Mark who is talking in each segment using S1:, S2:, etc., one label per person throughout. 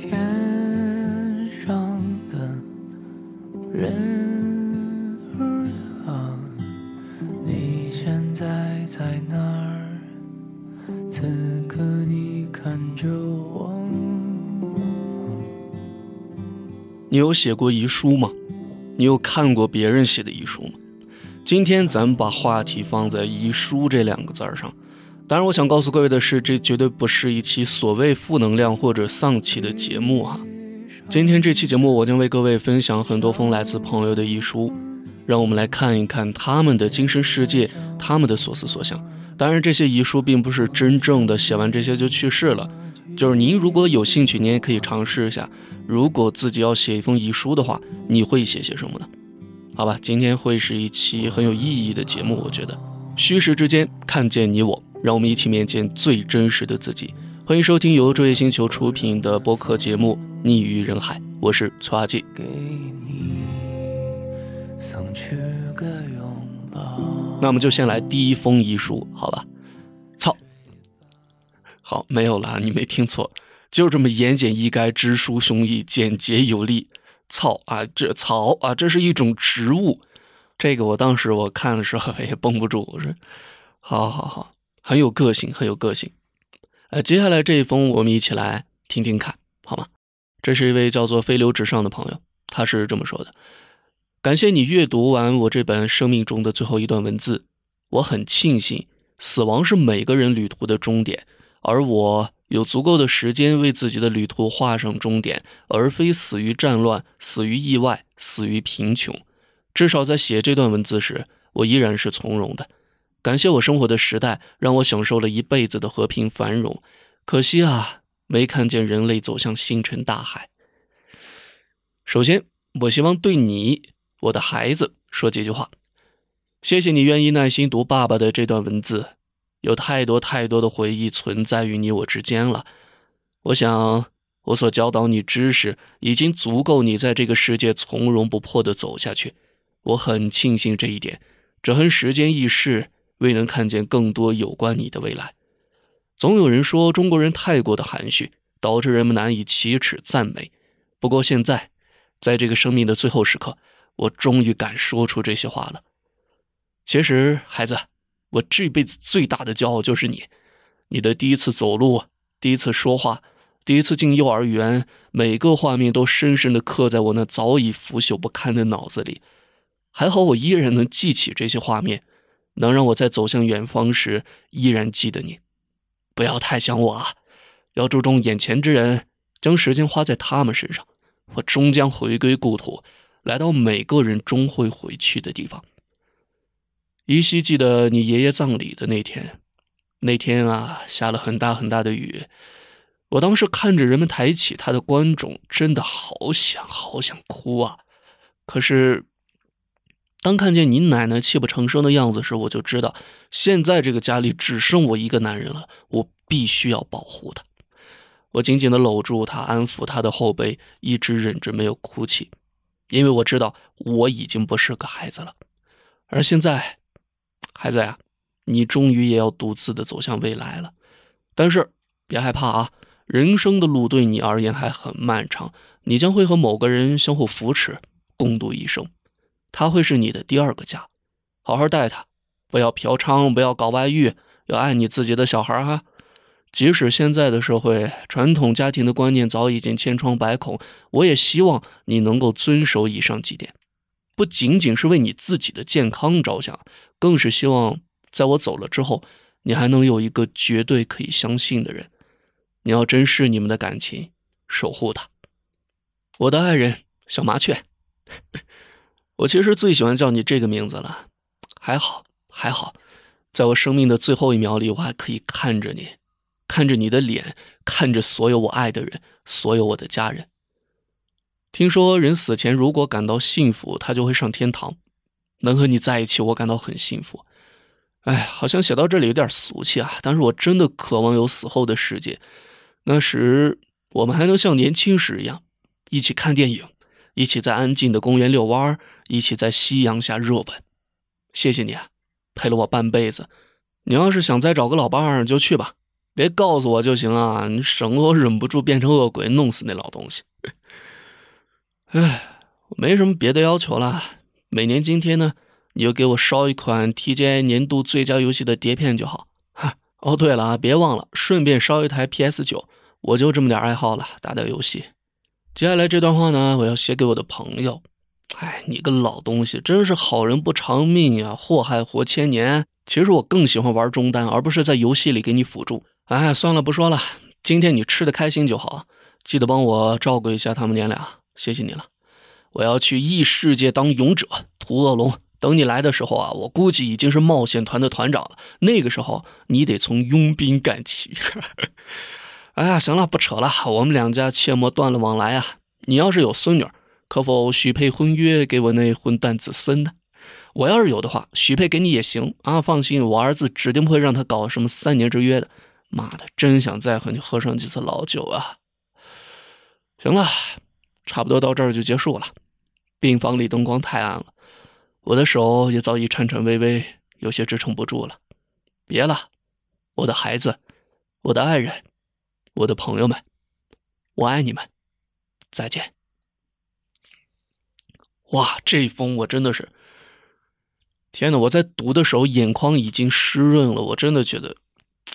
S1: 天上的人儿啊，你现在在哪儿？此刻你看着我。
S2: 你有写过遗书吗？你有看过别人写的遗书吗？今天咱们把话题放在遗书这2个字上。当然我想告诉各位的是，这绝对不是一期所谓负能量或者丧气的节目啊。今天这期节目我将为各位分享很多封来自朋友的遗书，让我们来看一看他们的精神世界，他们的所思所想。当然这些遗书并不是真正的写完这些就去世了，就是您如果有兴趣，您也可以尝试一下，如果自己要写一封遗书的话，你会写些什么呢？好吧，今天会是一期很有意义的节目，我觉得虚实之间看见你我，让我们一起面见最真实的自己。欢迎收听由昼夜星球出品的播客节目《逆于人海》，我是崔阿季。
S1: 给你送去个拥抱。
S2: 那我们就先来第一封遗书，好吧？操！好，没有啦，你没听错，就这么言简意赅、直抒胸臆、简洁有力。草啊，这是一种植物。这个我当时我看的时候也绷不住，我说好，很有个性，很有个性。接下来这一封我们一起来听听看，好吗？这是一位叫做飞流直上的朋友，他是这么说的：感谢你阅读完我这本生命中的最后一段文字，我很庆幸死亡是每个人旅途的终点，而我有足够的时间为自己的旅途画上终点，而非死于战乱，死于意外，死于贫穷。至少在写这段文字时，我依然是从容的。感谢我生活的时代，让我享受了一辈子的和平繁荣。可惜啊，没看见人类走向星辰大海。首先，我希望对你，我的孩子，说几句话。谢谢你愿意耐心读爸爸的这段文字，有太多的回忆存在于你我之间了。我想，我所教导你知识，已经足够你在这个世界从容不迫地走下去。我很庆幸这一点，这恨时间易逝，未能看见更多有关你的未来。总有人说中国人太过的含蓄，导致人们难以启齿赞美。不过现在，在这个生命的最后时刻，我终于敢说出这些话了。其实，孩子，我这辈子最大的骄傲就是你。你的第一次走路，第一次说话，第一次进幼儿园，每个画面都深深地刻在我那早已腐朽不堪的脑子里。还好我依然能记起这些画面，能让我在走向远方时依然记得你。不要太想我啊，要注重眼前之人，将时间花在他们身上。我终将回归故土，来到每个人终会回去的地方。依稀记得你爷爷葬礼的那天啊，下了很大的雨。我当时看着人们抬起他的棺冢，真的好想哭啊。可是当看见你奶奶泣不成声的样子时，我就知道现在这个家里只剩我一个男人了，我必须要保护她。我紧紧地搂住她，安抚她的后背，一直忍着没有哭泣，因为我知道我已经不是个孩子了。而现在，孩子呀，你终于也要独自地走向未来了。但是别害怕啊，人生的路对你而言还很漫长，你将会和某个人相互扶持，共度一生。他会是你的第2个家，好好待他，不要嫖娼，不要搞外遇，要爱你自己的小孩啊。即使现在的社会传统家庭的观念早已经千疮百孔，我也希望你能够遵守以上几点，不仅仅是为你自己的健康着想，更是希望在我走了之后，你还能有一个绝对可以相信的人。你要珍视你们的感情，守护他。我的爱人小麻雀我其实最喜欢叫你这个名字了。还好，在我生命的最后一秒里，我还可以看着你，看着你的脸，看着所有我爱的人，所有我的家人。听说人死前如果感到幸福，他就会上天堂。能和你在一起，我感到很幸福。好像写到这里有点俗气啊，但是我真的渴望有死后的世界。那时我们还能像年轻时一样，一起看电影，一起在安静的公园遛弯，一起在夕阳下热吻。谢谢你啊，陪了我半辈子。你要是想再找个老伴儿就去吧， 别告诉我就行啊，你省得我忍不住变成恶鬼弄死那老东西。唉，我没什么别的要求啦。每年今天呢，你就给我烧一款 TGI 年度最佳游戏的碟片就好。哈，哦对了啊，别忘了顺便烧一台 PS9，我就这么点爱好了，打打游戏。接下来这段话呢，我要写给我的朋友。哎，你个老东西，真是好人不长命呀，祸害活千年。其实我更喜欢玩中单，而不是在游戏里给你辅助。哎，算了，不说了，今天你吃得开心就好，记得帮我照顾一下他们娘俩，谢谢你了。我要去异世界当勇者，屠恶龙。等你来的时候啊，我估计已经是冒险团的团长了。那个时候你得从佣兵干起。哎呀，行了，不扯了，我们两家切莫断了往来啊。你要是有孙女，可否许配婚约给我那混蛋子孙呢？我要是有的话，许配给你也行啊。放心，我儿子指定不会让他搞什么3年之约的。妈的，真想再和你喝上几次老酒啊！行了，差不多到这儿就结束了。病房里灯光太暗了，我的手也早已颤颤巍巍，有些支撑不住了。别了，我的孩子，我的爱人，我的朋友们，我爱你们，再见。哇，这一封我真的是，天哪！我在读的时候眼眶已经湿润了，我真的觉得，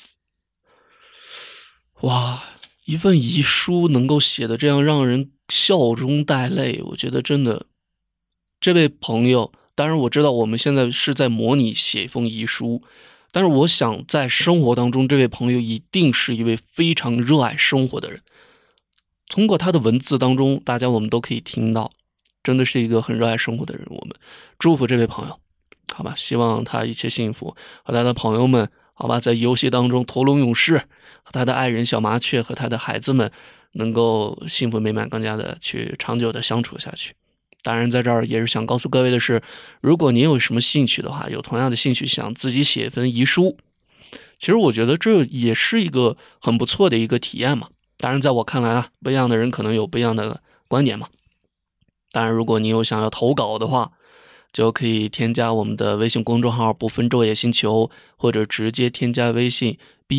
S2: 哇，一份遗书能够写的这样让人笑中带泪，我觉得真的，这位朋友，当然我知道我们现在是在模拟写一封遗书，但是我想在生活当中，这位朋友一定是一位非常热爱生活的人。通过他的文字当中，大家我们都可以听到，真的是一个很热爱生活的人。我们祝福这位朋友，好吧，希望他一切幸福，和他的朋友们，好吧，在游戏当中屠龙勇士，和他的爱人小麻雀和他的孩子们能够幸福美满，更加的去长久的相处下去。当然在这儿也是想告诉各位的是，如果您有什么兴趣的话，有同样的兴趣想自己写一份遗书，其实我觉得这也是一个很不错的一个体验嘛。当然在我看来啊，不一样的人可能有不一样的观点嘛。当然如果你有想要投稿的话，就可以添加我们的微信公众号不分昼夜星球，或者直接添加微信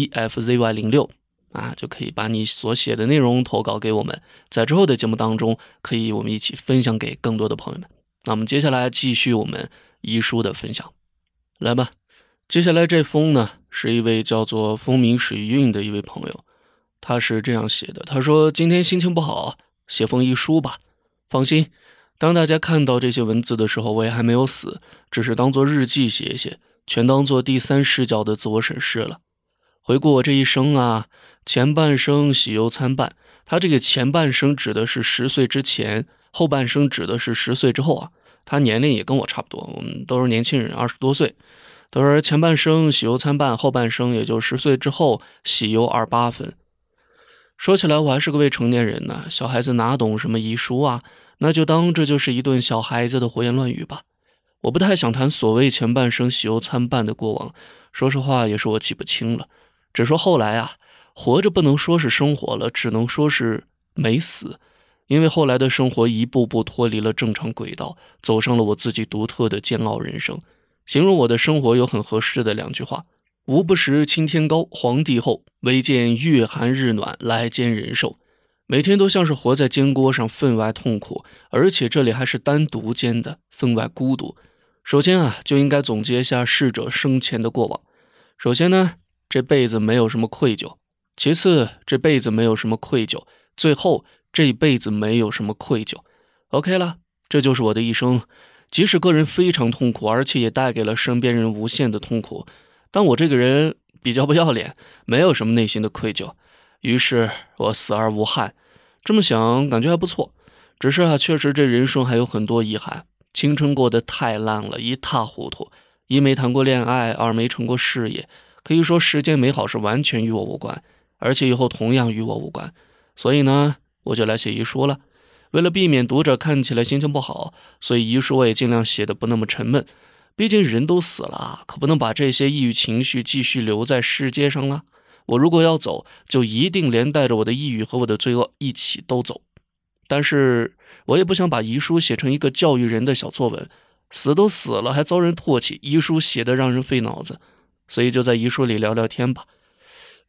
S2: bfzy06 啊，就可以把你所写的内容投稿给我们，在之后的节目当中可以我们一起分享给更多的朋友们。那我们接下来继续我们遗书的分享，来吧。接下来这封呢，是一位叫做风鸣水韵的一位朋友，他是这样写的，他说今天心情不好，写封遗书吧。放心，当大家看到这些文字的时候，我也还没有死，只是当做日记写一写，全当做第三视角的自我审视了。回顾我这一生啊，前半生喜忧参半，他这个前半生指的是10岁之前，后半生指的是10岁之后啊。他年龄也跟我差不多，我们都是年轻人，20多岁。都是前半生喜忧参半，后半生也就10岁之后喜忧28分。说起来我还是个未成年人呢，小孩子哪懂什么遗书啊，那就当这就是一顿小孩子的胡言乱语吧。我不太想谈所谓前半生喜忧参半的过往，说实话也是我记不清了。只说后来啊，活着不能说是生活了，只能说是没死。因为后来的生活一步步脱离了正常轨道，走上了我自己独特的煎熬人生。形容我的生活有很合适的2句话：无不食青天高，皇帝厚，唯见月寒日暖，来煎人寿。每天都像是活在煎锅上，分外痛苦，而且这里还是单独煎的，分外孤独。首先啊，就应该总结一下逝者生前的过往。首先呢，这辈子没有什么愧疚；其次，这辈子没有什么愧疚；最后，这辈子没有什么愧疚。OK 了，这就是我的一生。即使个人非常痛苦，而且也带给了身边人无限的痛苦，但我这个人比较不要脸，没有什么内心的愧疚，于是我死而无憾。这么想感觉还不错，只是啊，确实这人生还有很多遗憾。青春过得太烂了，一塌糊涂，一没谈过恋爱，二没成过事业，可以说世间美好是完全与我无关，而且以后同样与我无关。所以呢，我就来写遗书了。为了避免读者看起来心情不好，所以遗书我也尽量写的不那么沉闷。毕竟人都死了，可不能把这些抑郁情绪继续留在世界上了。我如果要走，就一定连带着我的抑郁和我的罪恶一起都走。但是我也不想把遗书写成一个教育人的小作文，死都死了还遭人唾弃，遗书写的让人费脑子，所以就在遗书里聊聊天吧。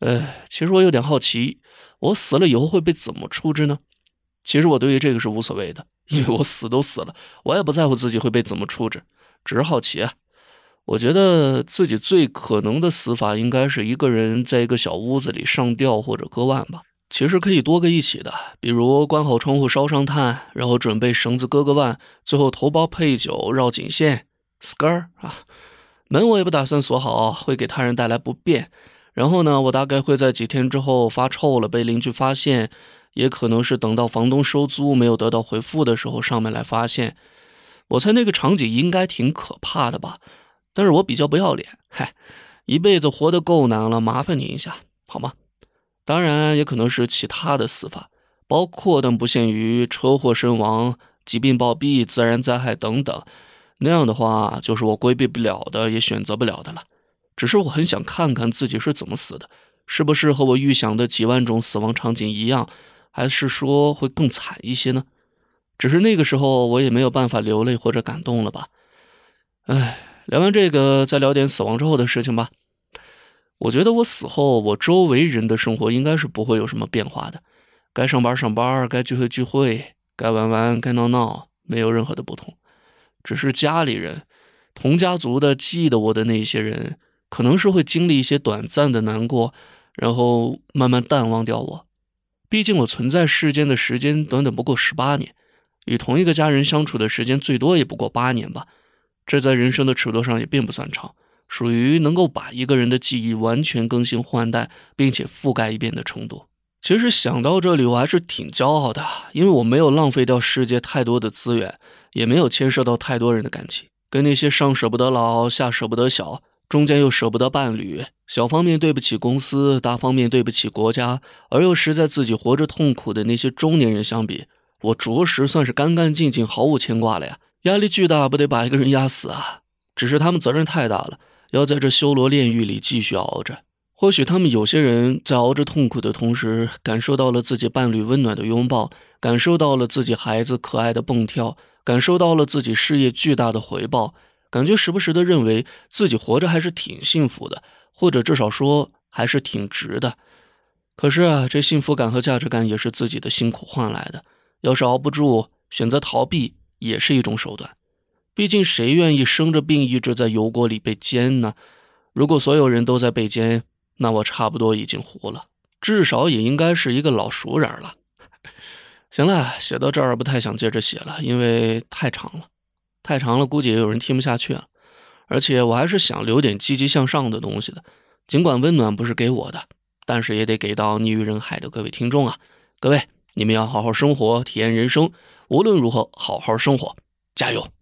S2: 其实我有点好奇，我死了以后会被怎么处置呢？其实我对于这个是无所谓的，因为我死都死了，我也不在乎自己会被怎么处置，只是好奇啊。我觉得自己最可能的死法应该是一个人在一个小屋子里上吊或者割腕吧。其实可以多个一起的，比如关好窗户烧上炭，然后准备绳子割个腕，最后头孢配酒绕颈线 skr 啊。门我也不打算锁好，会给他人带来不便。然后呢，我大概会在几天之后发臭了被邻居发现，也可能是等到房东收租没有得到回复的时候上门来发现。我猜那个场景应该挺可怕的吧，但是我比较不要脸，一辈子活得够难了，麻烦你一下好吗？当然也可能是其他的死法，包括但不限于车祸身亡、疾病暴毙、自然灾害等等。那样的话就是我规避不了的，也选择不了的了。只是我很想看看自己是怎么死的，是不是和我预想的几万种死亡场景一样，还是说会更惨一些呢？只是那个时候我也没有办法流泪或者感动了吧。聊完这个再聊点死亡之后的事情吧。我觉得我死后我周围人的生活应该是不会有什么变化的，该上班上班，该聚会聚会，该玩玩该闹闹，没有任何的不同。只是家里人同家族的记得我的那些人可能是会经历一些短暂的难过，然后慢慢淡忘掉我。毕竟我存在世间的时间短短不过18年，与同一个家人相处的时间最多也不过8年吧，这在人生的尺度上也并不算长，属于能够把一个人的记忆完全更新换代并且覆盖一遍的程度。其实想到这里我还是挺骄傲的，因为我没有浪费掉世界太多的资源，也没有牵涉到太多人的感情，跟那些上舍不得老下舍不得小，中间又舍不得伴侣，小方面对不起公司，大方面对不起国家，而又实在自己活着痛苦的那些中年人相比，我着实算是干干净净毫无牵挂了呀。压力巨大不得把一个人压死啊，只是他们责任太大了，要在这修罗炼狱里继续熬着。或许他们有些人在熬着痛苦的同时，感受到了自己伴侣温暖的拥抱，感受到了自己孩子可爱的蹦跳，感受到了自己事业巨大的回报，感觉时不时的认为自己活着还是挺幸福的，或者至少说还是挺值的。可是啊，这幸福感和价值感也是自己的辛苦换来的，要是熬不住，选择逃避也是一种手段。毕竟谁愿意生着病一直在油锅里被煎呢？如果所有人都在被煎，那我差不多已经糊了，至少也应该是一个老熟人了。行了，写到这儿不太想接着写了，因为太长了，估计也有人听不下去了。而且我还是想留点积极向上的东西的，尽管温暖不是给我的，但是也得给到溺于人海的各位听众啊。各位，你们要好好生活，体验人生，无论如何好好生活，加油。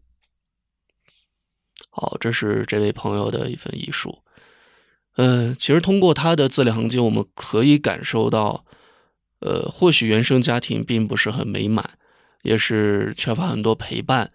S2: 好，这是这位朋友的一份遗书。其实通过他的字里行间，我们可以感受到，或许原生家庭并不是很美满，也是缺乏很多陪伴。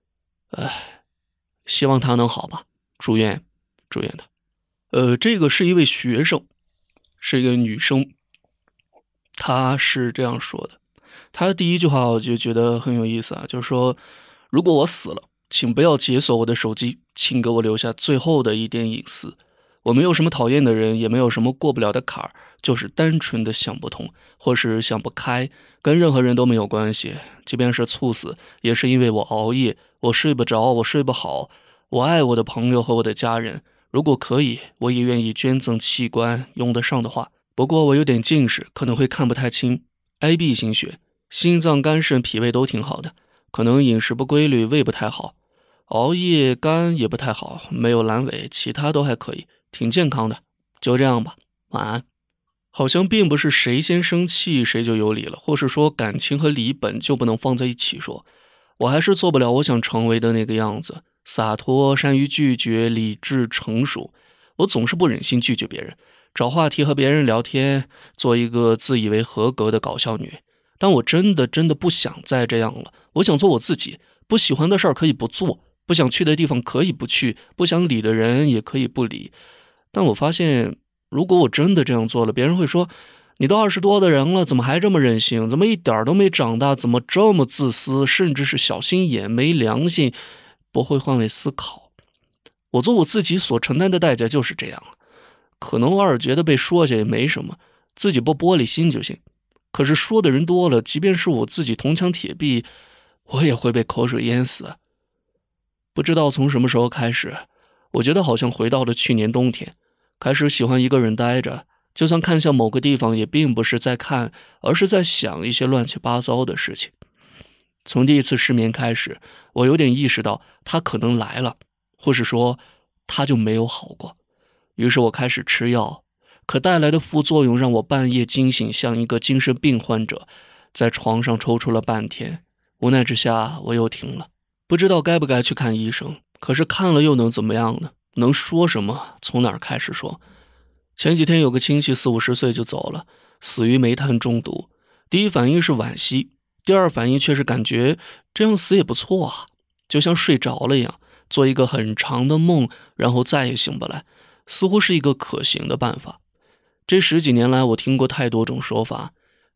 S2: 希望他能好吧，祝愿他。这个是一位学生，是一个女生，她是这样说的。她的第一句话我就觉得很有意思啊，就是说，如果我死了，请不要解锁我的手机，请给我留下最后的一点隐私。我没有什么讨厌的人，也没有什么过不了的坎儿，就是单纯的想不通，或是想不开，跟任何人都没有关系。即便是猝死，也是因为我熬夜，我睡不着，我睡不好。我爱我的朋友和我的家人，如果可以，我也愿意捐赠器官，用得上的话。不过我有点近视，可能会看不太清。AB 型血，心脏、肝、肾、脾胃都挺好的，可能饮食不规律，胃不太好，熬夜肝也不太好，没有阑尾，其他都还可以。挺健康的，就这样吧，晚安。好像并不是谁先生气谁就有理了，或是说感情和理本就不能放在一起说。我还是做不了我想成为的那个样子，洒脱，善于拒绝，理智成熟。我总是不忍心拒绝别人，找话题和别人聊天，做一个自以为合格的搞笑女。但我真的不想再这样了，我想做我自己，不喜欢的事儿可以不做，不想去的地方可以不去，不想理的人也可以不理。但我发现，如果我真的这样做了，别人会说，你都20多的人了，怎么还这么任性？怎么一点都没长大？怎么这么自私？甚至是小心眼、没良心，不会换位思考。我做我自己所承担的代价就是这样。 可能偶尔觉得被说下也没什么，自己不玻璃心就行。可是说的人多了，即便是我自己铜墙铁壁，我也会被口水淹死。不知道从什么时候开始，我觉得好像回到了去年冬天，开始喜欢一个人待着，就算看向某个地方，也并不是在看，而是在想一些乱七八糟的事情。从第一次失眠开始，我有点意识到他可能来了，或是说他就没有好过。于是我开始吃药，可带来的副作用让我半夜惊醒，像一个精神病患者，在床上抽搐了半天。无奈之下，我又停了。不知道该不该去看医生，可是看了又能怎么样呢？能说什么？从哪儿开始说？前几天有个亲戚40、50岁就走了，死于煤炭中毒。第一反应是惋惜，第二反应却是感觉这样死也不错啊，就像睡着了一样，做一个很长的梦，然后再也醒不来，似乎是一个可行的办法。这10几年来，我听过太多种说法，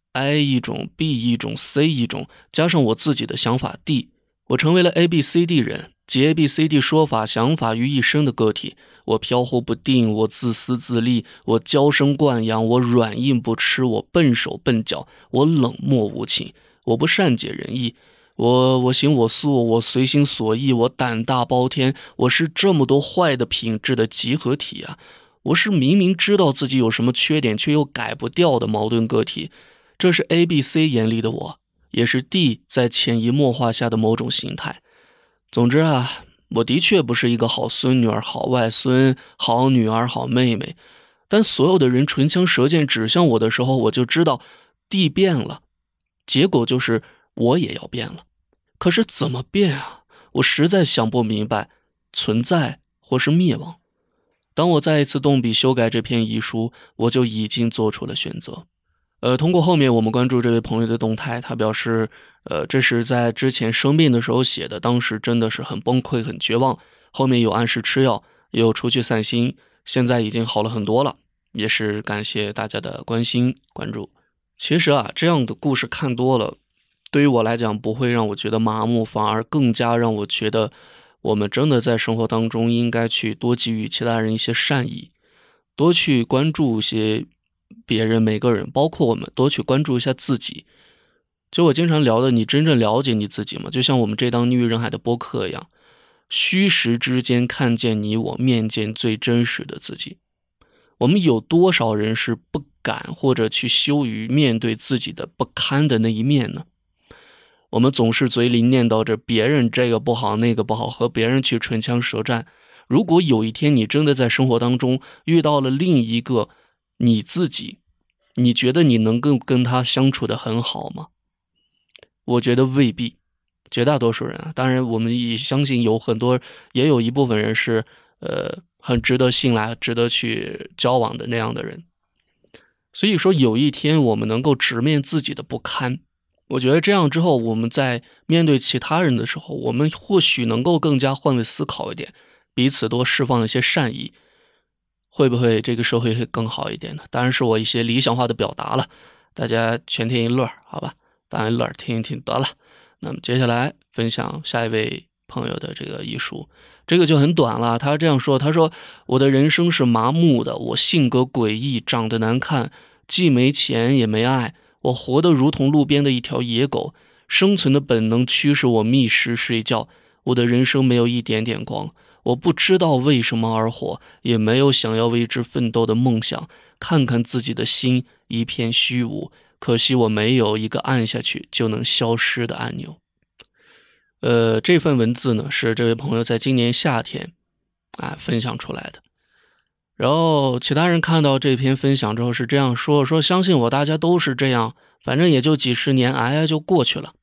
S2: A 一种， B 一种， C 一种，加上我自己的想法 D， 我成为了 ABCD 人，集 ABCD 说法想法于一身的个体。我飘忽不定，我自私自利，我娇生惯养，我软硬不吃，我笨手笨脚，我冷漠无情，我不善解人意，我行我素，我随心所欲，我胆大包天，我是这么多坏的品质的集合体啊！我是明明知道自己有什么缺点，却又改不掉的矛盾个体。这是 ABC 眼里的我，也是 D 在潜移默化下的某种形态。总之啊，我的确不是一个好孙女儿、好外孙、好女儿、好妹妹，但所有的人唇枪舌剑指向我的时候，我就知道 D 变了，结果就是我也要变了。可是怎么变啊？我实在想不明白，存在或是灭亡。当我再一次动笔修改这篇遗书，我就已经做出了选择。通过后面我们关注这位朋友的动态，他表示，这是在之前生病的时候写的，当时真的是很崩溃、很绝望。后面有按时吃药，也有出去散心，现在已经好了很多了。也是感谢大家的关心、关注。其实啊，这样的故事看多了，对于我来讲不会让我觉得麻木，反而更加让我觉得，我们真的在生活当中应该去多给予其他人一些善意，多去关注一些别人，每个人包括我们，多去关注一下自己。就我经常聊的，你真正了解你自己吗？就像我们这档逆于人海的播客一样，虚实之间看见你我，面见最真实的自己。我们有多少人是不敢或者去羞于面对自己的不堪的那一面呢？我们总是嘴里念叨着别人这个不好那个不好，和别人去唇枪舌战。如果有一天你真的在生活当中遇到了另一个你自己，你觉得你能够跟他相处得很好吗？我觉得未必，绝大多数人啊，当然我们也相信有很多，也有一部分人是很值得信赖、值得去交往的那样的人。所以说有一天我们能够直面自己的不堪，我觉得这样之后，我们在面对其他人的时候，我们或许能够更加换位思考一点，彼此多释放一些善意，会不会这个社会会更好一点呢？当然是我一些理想化的表达了，大家全听一乐，好吧？当然乐听一听得了。那么接下来分享下一位朋友的这个遗书，这个就很短了。他这样说，他说我的人生是麻木的，我性格诡异，长得难看，既没钱也没爱，我活得如同路边的一条野狗，生存的本能驱使我觅食睡觉，我的人生没有一点点光，我不知道为什么而活，也没有想要为之奋斗的梦想，看看自己的心一片虚无，可惜我没有一个按下去就能消失的按钮。这份文字呢，是这位朋友在今年夏天分享出来的。然后其他人看到这篇分享之后是这样说，说相信我，大家都是这样，反正也就几十年，挨就过去了。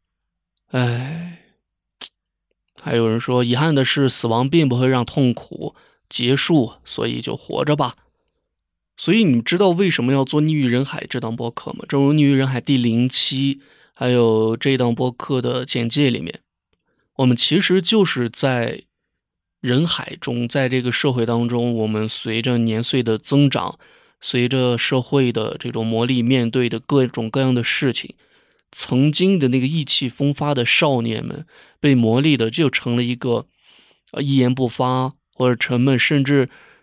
S2: 还有人说，遗憾的是死亡并不会让痛苦结束，所以就活着吧。所以你知道为什么要做逆于人海这档播客吗？正如逆于人海第0期还有这档播客的简介里面，我们其实就是在人海中，在这个社会当中，我们随着年岁的增长，随着社会的这种磨砺，面对的各种各样的事情，曾经的那个意气风发的少年们被磨砺的就成了一个一言不发或者沉闷，甚至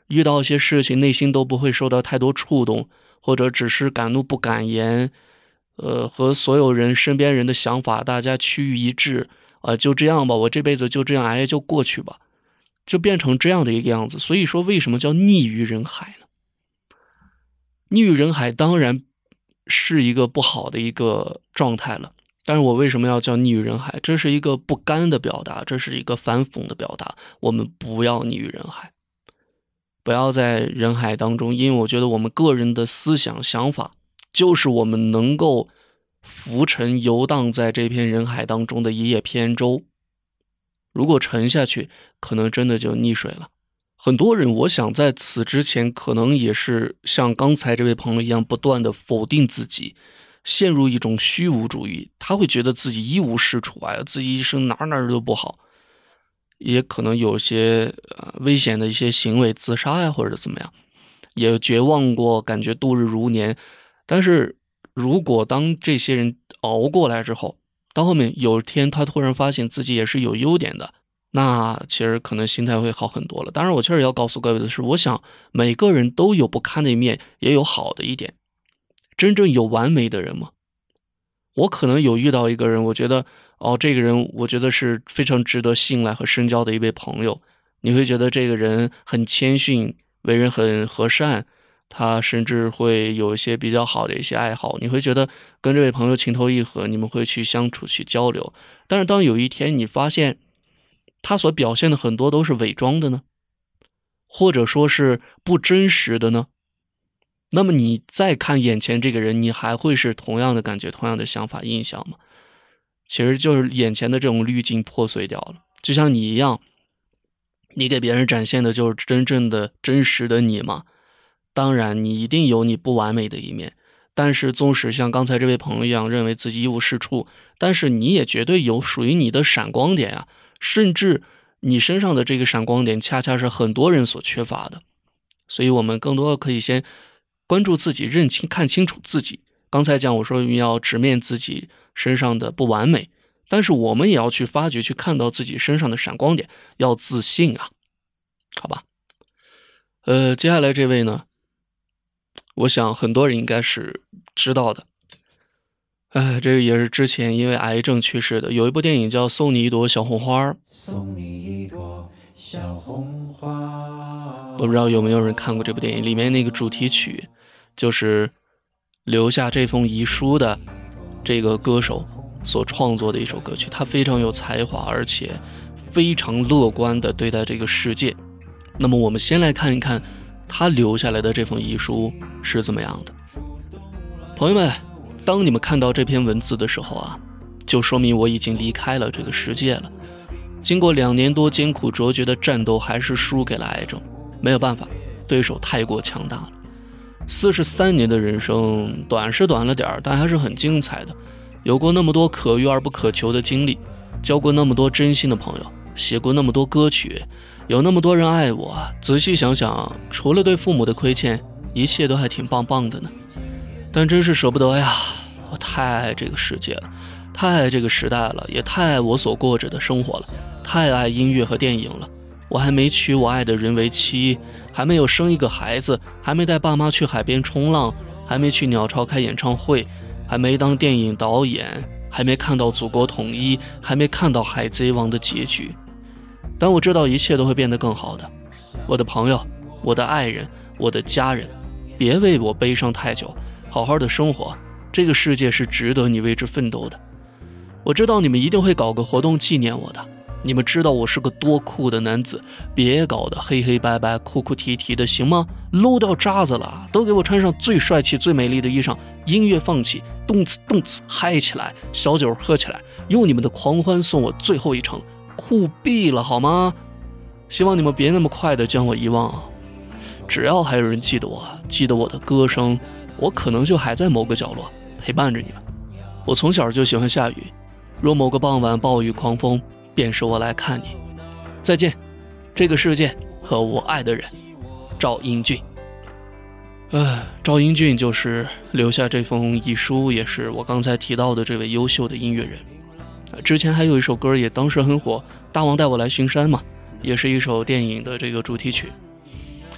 S2: 遇到一些事情内心都不会受到太多触动，或者只是敢怒不敢言，和所有人身边人的想法大家趋于一致，就这样吧，我这辈子就这样，就过去吧，就变成这样的一个样子。所以说为什么叫溺于人海呢？溺于人海当然是一个不好的一个状态了，但是我为什么要叫溺于人海？这是一个不甘的表达，这是一个反讽的表达。我们不要溺于人海，不要在人海当中，因为我觉得我们个人的思想想法就是我们能够浮沉游荡在这片人海当中的一叶扁舟，如果沉下去可能真的就溺水了。很多人我想在此之前可能也是像刚才这位朋友一样不断的否定自己，陷入一种虚无主义，他会觉得自己一无是处，自己一生哪儿都不好，也可能有些危险的一些行为，自杀或者怎么样，也绝望过，感觉度日如年。但是如果当这些人熬过来之后，到后面有一天他突然发现自己也是有优点的，那其实可能心态会好很多了。当然我确实要告诉各位的是，我想每个人都有不堪的一面，也有好的一点。真正有完美的人吗？我可能有遇到一个人，我觉得这个人我觉得是非常值得信赖和深交的一位朋友，你会觉得这个人很谦逊，为人很和善，他甚至会有一些比较好的一些爱好，你会觉得跟这位朋友情投意合，你们会去相处去交流。但是当有一天你发现他所表现的很多都是伪装的呢，或者说是不真实的呢，那么你再看眼前这个人，你还会是同样的感觉，同样的想法印象吗？其实就是眼前的这种滤镜破碎掉了，就像你一样，你给别人展现的就是真正的真实的你嘛。当然你一定有你不完美的一面，但是纵使像刚才这位朋友一样认为自己一无是处，但是你也绝对有属于你的闪光点啊，甚至你身上的这个闪光点恰恰是很多人所缺乏的。所以我们更多可以先关注自己，认清看清楚自己。刚才讲我说要直面自己身上的不完美，但是我们也要去发掘，去看到自己身上的闪光点，要自信啊，好吧。接下来这位呢，我想很多人应该是知道的。这个也是之前因为癌症去世的，有一部电影叫《送你一朵小红花》，
S1: 送你一朵小红花。
S2: 我不知道有没有人看过这部电影，里面那个主题曲就是留下这封遗书的这个歌手所创作的一首歌曲，他非常有才华，而且非常乐观地对待这个世界。那么我们先来看一看他留下来的这封遗书是怎么样的。朋友们，当你们看到这篇文字的时候啊，就说明我已经离开了这个世界了。经过2年多艰苦卓绝的战斗，还是输给了癌症，没有办法，对手太过强大了。43年的人生，短是短了点，但还是很精彩的。有过那么多可遇而不可求的经历，交过那么多真心的朋友，写过那么多歌曲，有那么多人爱我。仔细想想，除了对父母的亏欠，一切都还挺棒棒的呢。但真是舍不得呀，我太爱这个世界了，太爱这个时代了，也太爱我所过着的生活了，太爱音乐和电影了。我还没娶我爱的人为妻，还没有生一个孩子，还没带爸妈去海边冲浪，还没去鸟巢开演唱会，还没当电影导演，还没看到祖国统一，还没看到海贼王的结局。但我知道一切都会变得更好的。我的朋友，我的爱人，我的家人，别为我悲伤太久，好好的生活，这个世界是值得你为之奋斗的。我知道你们一定会搞个活动纪念我的，你们知道我是个多酷的男子，别搞得黑黑白白哭哭啼啼的行吗？漏掉渣子了，都给我穿上最帅气最美丽的衣裳，音乐放起，动次动次嗨起来，小酒喝起来，用你们的狂欢送我最后一程，酷毙了好吗？希望你们别那么快的将我遗忘，只要还有人记得我，记得我的歌声，我可能就还在某个角落陪伴着你们。我从小就喜欢下雨，若某个傍晚暴雨狂风，便是我来看你。再见，这个世界和我爱的人，赵英俊。赵英俊就是留下这封遗书，也是我刚才提到的这位优秀的音乐人。之前还有一首歌也当时很火，大王带我来巡山嘛，也是一首电影的这个主题曲。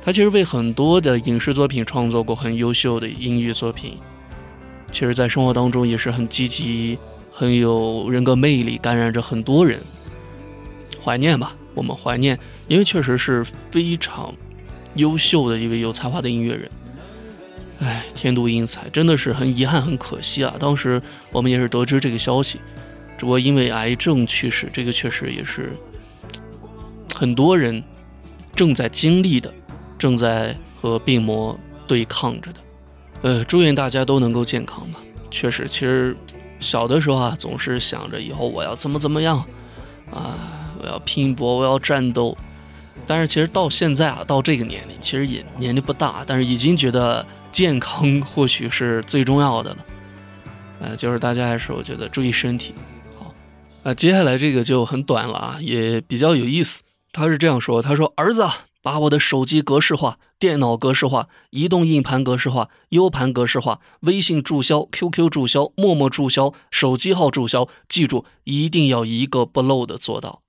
S2: 他其实为很多的影视作品创作过很优秀的音乐作品，其实在生活当中也是很积极，很有人格魅力，感染着很多人。怀念吧，我们怀念，因为确实是非常优秀的一位有才华的音乐人。哎，天妒英才，真的是很遗憾很可惜啊。当时我们也是得知这个消息，只不过因为癌症去世，这个确实也是很多人正在经历的，正在和病魔对抗着的。祝愿大家都能够健康吧。确实，其实小的时候啊，总是想着以后我要怎么样啊，我要拼搏，我要战斗。但是其实到现在啊，到这个年龄，其实也年龄不大，但是已经觉得健康或许是最重要的了。就是大家还是我觉得注意身体。好，接下来这个就很短了啊，也比较有意思。他是这样说，他说：“儿子，把我的手机格式化，电脑格式化，移动硬盘格式化， U 盘格式化，微信注销， QQ 注销，陌陌注销，手机号注销，记住一定要一个不漏的做到。”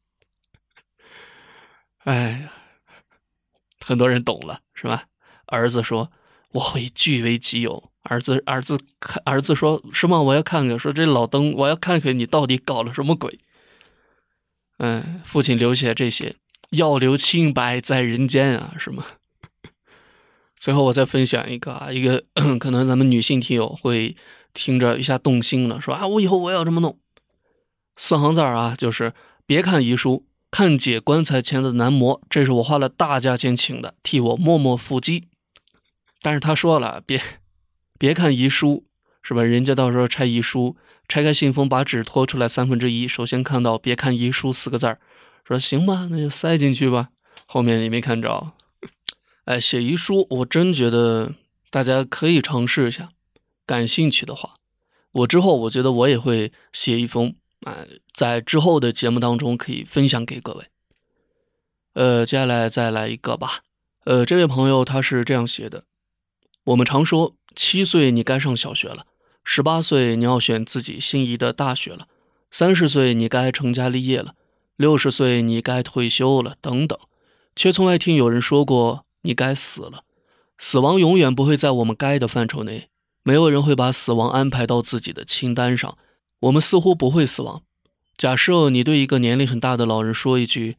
S2: 哎呀，很多人懂了是吧？儿子说我会据为己有。儿子说是吗？我要看看，说这老登，我要看看你到底搞了什么鬼。父亲留下这些，要留清白在人间啊，是吗？最后我再分享一个可能咱们女性听友会听着一下动心了，说啊，我以后我要这么弄。4行字啊，就是别看遗书，看姐棺材前的男模，这是我花了大价钱请的，替我默默腹肌。但是他说了，别看遗书，是吧？人家到时候拆遗书，拆开信封，把纸拖出来1/3，首先看到别看遗书4个字，说行吧，那就塞进去吧。后面也没看着。写遗书，我真觉得大家可以尝试一下，感兴趣的话，我之后我觉得我也会写一封，在之后的节目当中可以分享给各位。接下来再来一个吧。这位朋友他是这样写的：我们常说7岁你该上小学了，18岁你要选自己心仪的大学了，30岁你该成家立业了，60岁你该退休了，等等，却从来听有人说过你该死了。死亡永远不会在我们该的范畴内，没有人会把死亡安排到自己的清单上。我们似乎不会死亡。假设你对一个年龄很大的老人说一句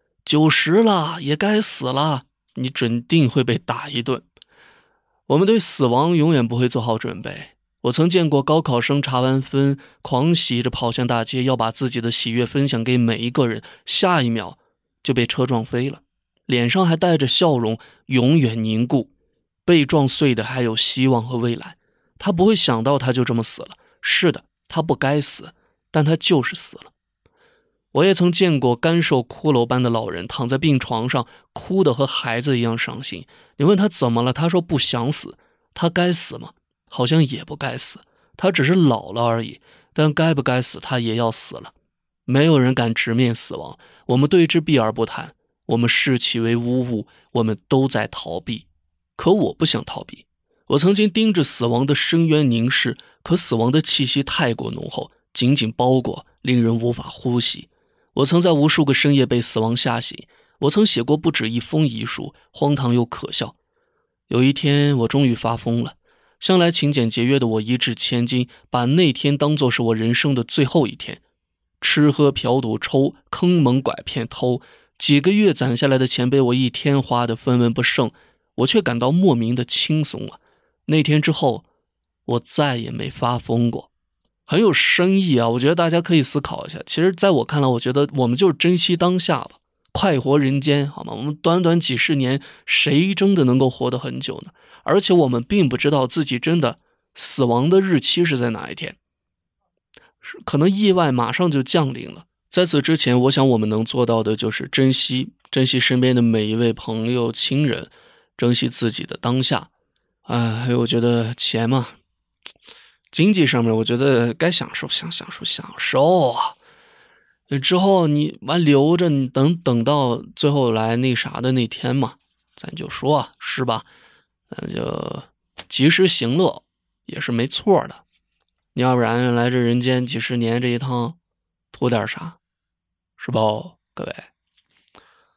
S2: 90了也该死了，你准定会被打一顿。我们对死亡永远不会做好准备。我曾见过高考生查完分狂喜着跑向大街，要把自己的喜悦分享给每一个人，下一秒就被车撞飞了，脸上还带着笑容，永远凝固。被撞碎的还有希望和未来。他不会想到他就这么死了，是的，他不该死，但他就是死了。我也曾见过干瘦骷髅般的老人躺在病床上，哭得和孩子一样伤心。你问他怎么了，他说不想死。他该死吗？好像也不该死，他只是老了而已，但该不该死他也要死了。没有人敢直面死亡，我们对之避而不谈，我们视其为污物，我们都在逃避。可我不想逃避。我曾经盯着死亡的深渊凝视，可死亡的气息太过浓厚，紧紧包裹，令人无法呼吸。我曾在无数个深夜被死亡吓醒，我曾写过不止一封遗书，荒唐又可笑。有一天我终于发疯了，向来勤俭节约的我一掷千金，把那天当作是我人生的最后一天。吃喝嫖赌抽，坑蒙拐骗偷，几个月攒下来的钱被我一天花得分文不剩，我却感到莫名的轻松了。那天之后我再也没发疯过。很有深意啊，我觉得大家可以思考一下。其实在我看来，我觉得我们就是珍惜当下吧，快活人间，好吗？我们短短几十年，谁真的能够活得很久呢？而且我们并不知道自己真的死亡的日期是在哪一天，可能意外马上就降临了。在此之前，我想我们能做到的就是珍惜身边的每一位朋友亲人，珍惜自己的当下。还有我觉得钱嘛，经济上面我觉得该享受啊。之后你完留着，你等到最后来那啥的那天嘛，咱就说是吧，咱就及时行乐也是没错的。你要不然来这人间几十年这一趟图点啥，是吧各位？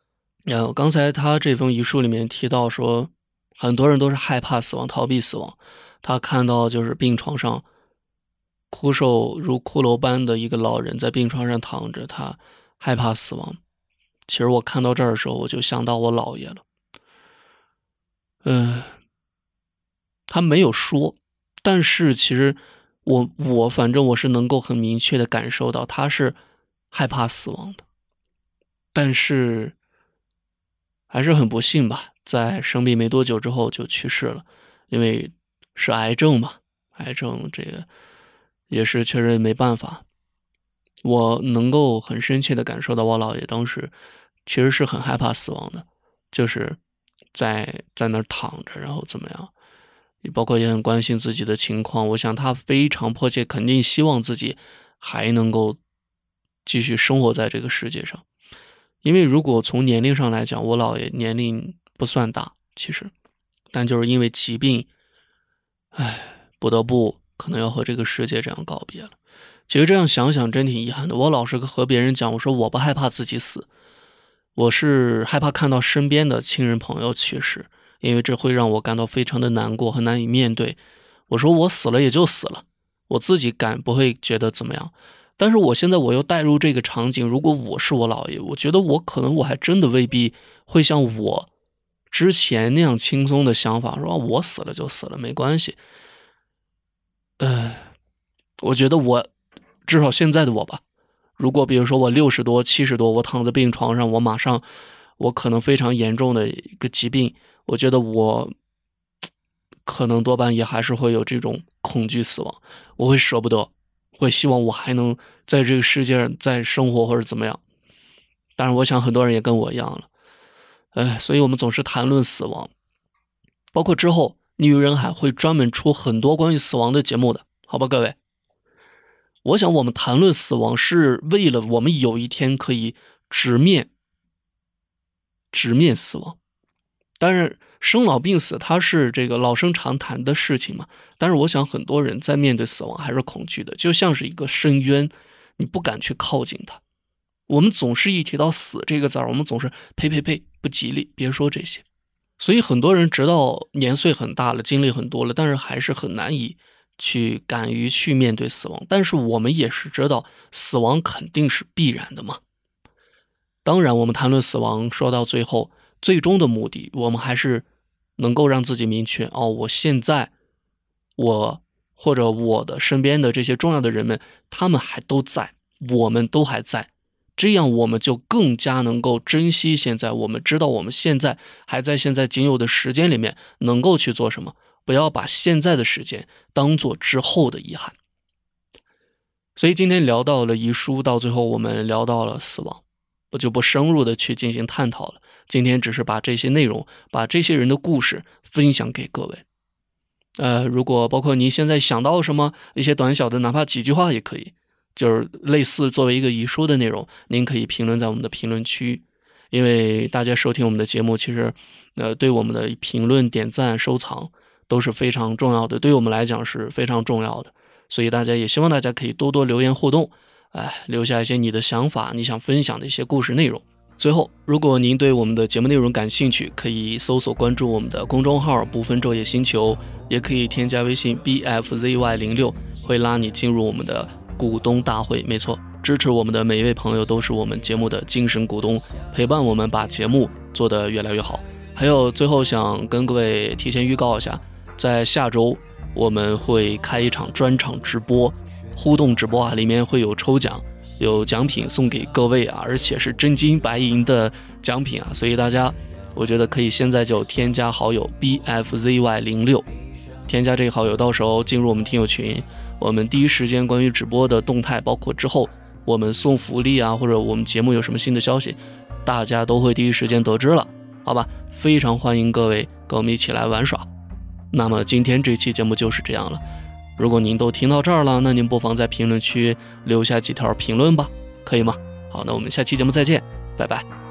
S2: 刚才他这封遗书里面提到说，很多人都是害怕死亡，逃避死亡。他看到就是病床上枯瘦如骷髅般的一个老人在病床上躺着，他害怕死亡。其实我看到这儿的时候，我就想到我姥爷了。他没有说，但是其实反正我是能够很明确的感受到他是害怕死亡的，但是还是很不幸吧，在生病没多久之后就去世了，因为是癌症嘛，癌症这个也是确实没办法。我能够很深切的感受到我姥爷当时其实是很害怕死亡的，就是在那儿躺着，然后怎么样，包括也很关心自己的情况。我想他非常迫切，肯定希望自己还能够继续生活在这个世界上。因为如果从年龄上来讲，我姥爷年龄不算大，其实，但就是因为疾病，不得不可能要和这个世界这样告别了。其实这样想想真挺遗憾的。我老是和别人讲，我说我不害怕自己死，我是害怕看到身边的亲人朋友去世，因为这会让我感到非常的难过和难以面对。我说我死了也就死了，我自己不会觉得怎么样。但是我现在我又带入这个场景，如果我是我姥爷，我觉得我还真的未必会像我之前那样轻松的想法，说我死了就死了，没关系。我觉得至少现在的我吧，如果比如说我60多、70多，我躺在病床上，我可能非常严重的一个疾病，我觉得我可能多半也还是会有这种恐惧死亡，我会舍不得，会希望我还能在这个世界上再生活或者怎么样。当然我想很多人也跟我一样了。所以我们总是谈论死亡，包括之后女人还会专门出很多关于死亡的节目的，好吧各位。我想我们谈论死亡是为了我们有一天可以直面死亡。当然生老病死它是这个老生常谈的事情嘛，但是我想很多人在面对死亡还是恐惧的，就像是一个深渊，你不敢去靠近它。我们总是一提到死这个字儿，我们总是呸，不吉利，别说这些。所以很多人直到年岁很大了，经历很多了，但是还是很难以敢于去面对死亡。但是我们也是知道死亡肯定是必然的嘛。当然我们谈论死亡说到最后最终的目的，我们还是能够让自己明确，我现在或者我的身边的这些重要的人们，他们还都在，我们都还在，这样我们就更加能够珍惜现在，我们知道我们现在还在现在仅有的时间里面能够去做什么，不要把现在的时间当做之后的遗憾。所以今天聊到了遗书，到最后我们聊到了死亡，我就不深入的去进行探讨了。今天只是把这些内容，把这些人的故事分享给各位。如果包括你现在想到什么一些短小的，哪怕几句话也可以，就是类似作为一个遗书的内容，您可以评论在我们的评论区。因为大家收听我们的节目，其实对我们的评论、点赞、收藏都是非常重要的，对我们来讲是非常重要的。所以也希望大家可以多多留言互动，留下一些你的想法，你想分享的一些故事内容。最后，如果您对我们的节目内容感兴趣，可以搜索关注我们的公众号不分昼夜星球，也可以添加微信 BFZY06， 会拉你进入我们的股东大会。没错，支持我们的每一位朋友都是我们节目的精神股东，陪伴我们把节目做得越来越好。还有最后想跟各位提前预告一下，在下周我们会开一场专场直播，互动直播里面会有抽奖，有奖品送给各位而且是真金白银的奖品所以大家我觉得可以现在就添加好友 BFZY06， 添加这个好友，到时候进入我们听友群，我们第一时间关于直播的动态，包括之后我们送福利或者我们节目有什么新的消息，大家都会第一时间得知了，好吧？非常欢迎各位跟我们一起来玩耍。那么今天这期节目就是这样了，如果您都听到这儿了，那您不妨在评论区留下几条评论吧，可以吗？好，那我们下期节目再见，拜拜。